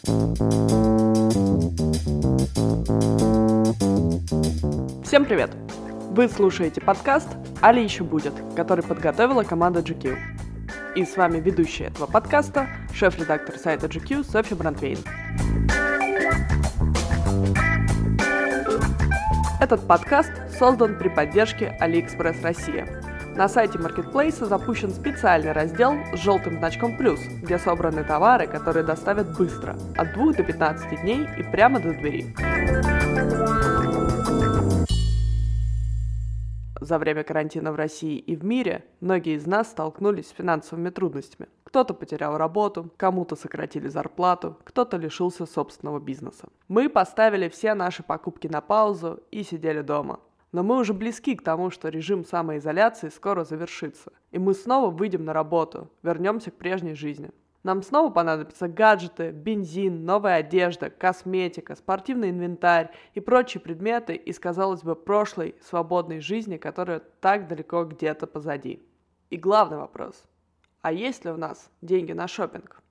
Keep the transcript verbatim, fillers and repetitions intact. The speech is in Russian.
Всем привет! Вы слушаете подкаст «Али еще будет», который подготовила команда джи кью. И с вами ведущая этого подкаста, шеф-редактор сайта джи кью Софья Брандвейн. Этот подкаст создан при поддержке AliExpress Россия. На сайте маркетплейса запущен специальный раздел с желтым значком «Плюс», где собраны товары, которые доставят быстро, от двух до пятнадцати дней и прямо до двери. За время карантина в России и в мире многие из нас столкнулись с финансовыми трудностями. Кто-то потерял работу, кому-то сократили зарплату, кто-то лишился собственного бизнеса. Мы поставили все наши покупки на паузу и сидели дома. Но мы уже близки к тому, что режим самоизоляции скоро завершится, и мы снова выйдем на работу, вернемся к прежней жизни. Нам снова понадобятся гаджеты, бензин, новая одежда, косметика, спортивный инвентарь и прочие предметы из, казалось бы, прошлой свободной жизни, которая так далеко где-то позади. И главный вопрос. А есть ли у нас деньги на шопинг?